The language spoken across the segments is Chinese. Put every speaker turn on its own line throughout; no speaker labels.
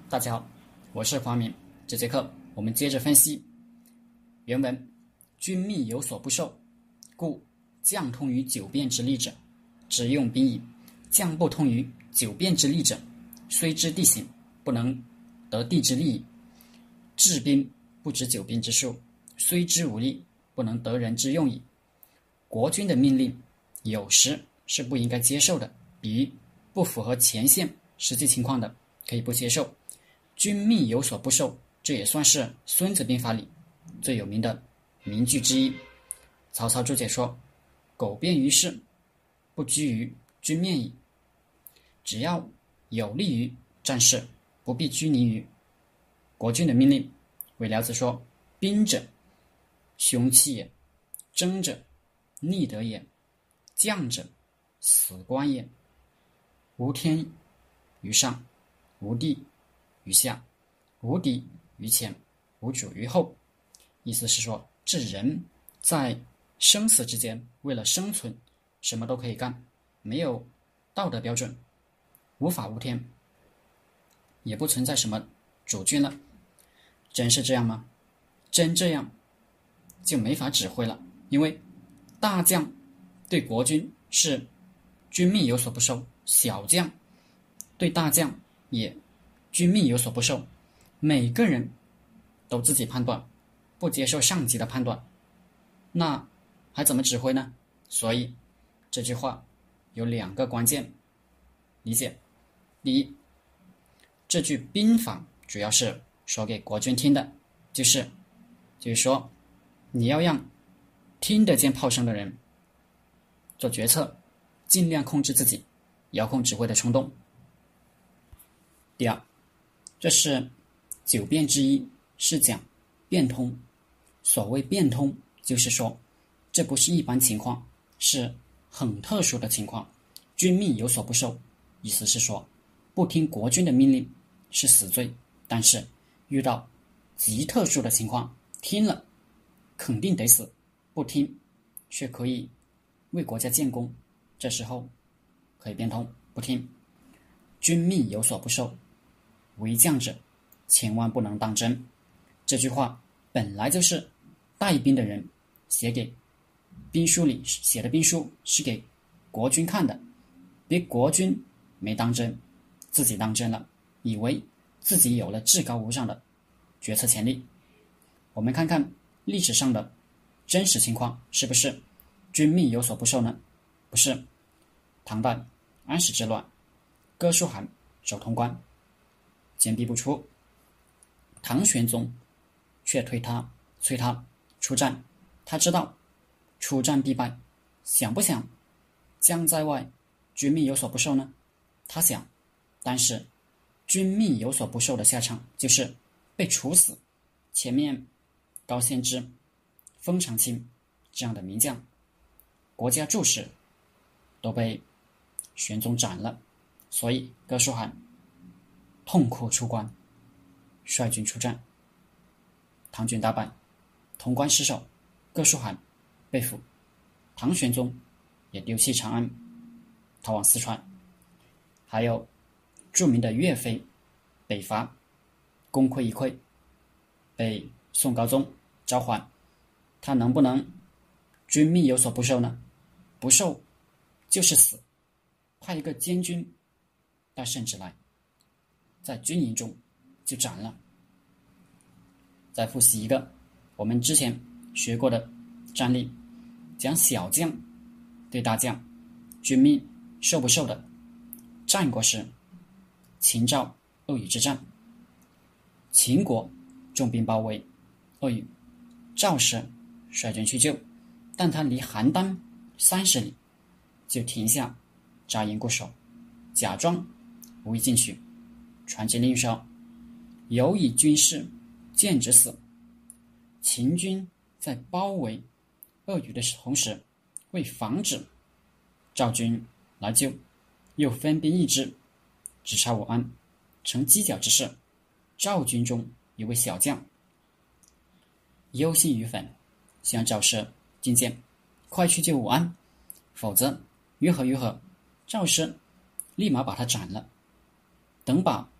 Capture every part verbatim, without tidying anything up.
大家好，我是黄明。这节课我们接着分析原文：君命有所不受，故将通于九变之利者，只用兵矣；将不通于九变之利者，虽知地形，不能得地之利矣；治兵不知九变之术，虽知武力，不能得人之用矣。国君的命令有时是不应该接受的，比喻不符合前线实际情况的，可以不接受。君命有所不受，这也算是《孙子兵法》里最有名的名句之一。曹操注解说：苟便于事，不居于君面矣。只要有利于战事，不必拘泥于国君的命令。韦辽子说：兵者，凶器也；争者，逆德也；将者，死官也。无天于上，无地于下，无敌于前，无主于后。意思是说，这人在生死之间，为了生存，什么都可以干，没有道德标准，无法无天，也不存在什么主君了。真是这样吗？真这样，就没法指挥了。因为大将对国君是君命有所不受，小将对大将也君命有所不受，每个人都自己判断，不接受上级的判断，那还怎么指挥呢？所以这句话有两个关键理解。第一，这句兵法主要是说给国君听的，就是就是说你要让听得见炮声的人做决策，尽量控制自己遥控指挥的冲动。第二，这是九变之一，是讲变通。所谓变通，就是说这不是一般情况，是很特殊的情况。君命有所不受，意思是说不听国君的命令是死罪，但是遇到极特殊的情况，听了肯定得死，不听却可以为国家建功，这时候可以变通，不听。君命有所不受，为将者千万不能当真。这句话本来就是带兵的人写给兵书里写的，兵书是给国君看的，别国君没当真，自己当真了，以为自己有了至高无上的决策权力。我们看看历史上的真实情况，是不是君命有所不受呢？不是。唐代安史之乱，哥舒翰守潼关，坚壁不出，唐玄宗却推他催他出战，他知道出战必败，想不想将在外，君命有所不受呢？他想，但是君命有所不受的下场就是被处死。前面高仙芝、封长清这样的名将，国家柱石都被玄宗斩了，所以哥舒翰痛哭出关，率军出战，唐军大败，潼关失守，哥舒翰被俘，唐玄宗也丢弃长安，逃往四川。还有著名的岳飞北伐，功亏一篑，被宋高宗召还，他能不能君命有所不受呢？不受就是死。派一个监军带圣旨来，在军营中就斩了。再复习一个我们之前学过的战例，讲小将对大将君命受不受的。战国时秦赵恶语之战，秦国重兵包围恶语，赵时率军去救，但他离邯郸三十里，就停下扎营固守，假装无意进取，传节令说：有以军士见之死。秦军在包围恶语的同时，为防止赵军来救，又分兵一支，直插武安，成犄角之势。赵军中一位小将忧心于焚，向赵师进谏：快去救武安，否则如何如何。赵师立马把他斩了。等把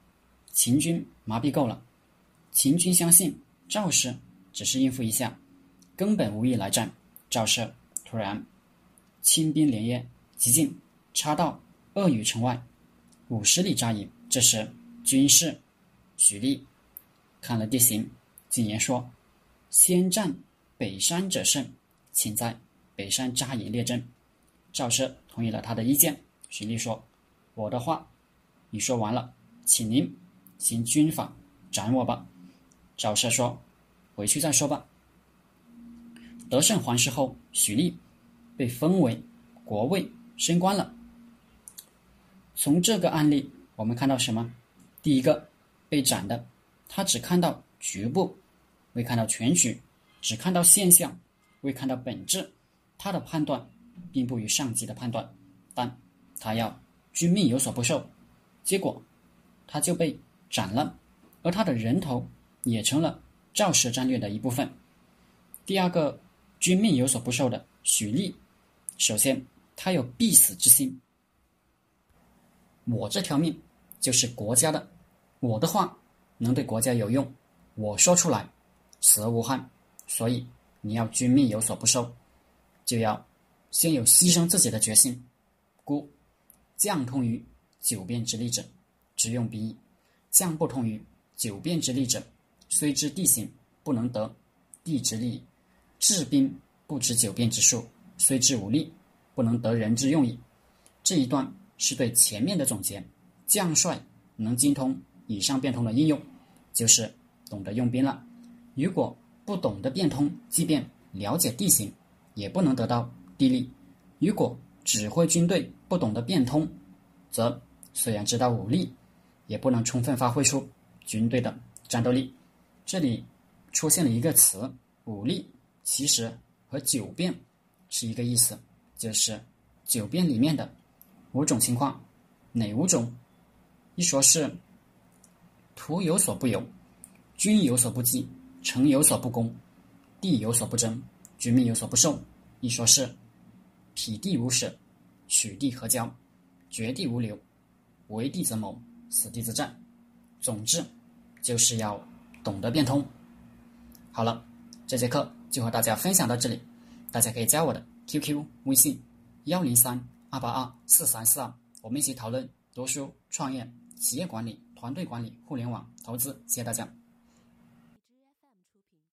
秦军麻痹够了。秦军相信赵氏只是应付一下，根本无意来战。赵氏突然亲兵连夜急进，插到鄂豫城外五十里扎营。这时军士许力看了地形，进言说：先占北山者胜，请在北山扎营列阵。赵氏同意了他的意见。许力说：我的话已说完了，请您行军法斩我吧。赵氏说：回去再说吧。得胜还师后，许力被封为国尉，升官了。从这个案例我们看到什么？第一个，被斩的他只看到局部，未看到全局，只看到现象，未看到本质。他的判断并不与上级的判断，但他要军命有所不受，结果他就被斩了，而他的人头也成了赵氏战略的一部分。第二个，军命有所不受的许力，首先他有必死之心，我这条命就是国家的，我的话能对国家有用，我说出来死而无憾，所以你要军命有所不受，就要先有牺牲自己的决心。故将通于九变之力者，只用兵役；将不通于九变之力者，虽知地形，不能得地之利益；治兵不知九变之术，虽知武力，不能得人之用矣。这一段是对前面的总结。将帅能精通以上变通的应用，就是懂得用兵了。如果不懂得变通，即便了解地形，也不能得到地利。如果指挥军队不懂得变通，则虽然知道武力，也不能充分发挥出军队的战斗力。这里出现了一个词，武力，其实和九变是一个意思，就是九变里面的五种情况。哪五种？一说是土有所不有，军有所不济，城有所不攻，地有所不争，军命有所不受。一说是匹地无舍，取地合交，绝地无留，为地则谋，死地则战。总之就是要懂得变通。好了，这节课就和大家分享到这里，大家可以加我的 Q Q 微信一零三二八二四三四二，我们一起讨论读书、创业、企业管理、团队管理、互联网投资。谢谢大家。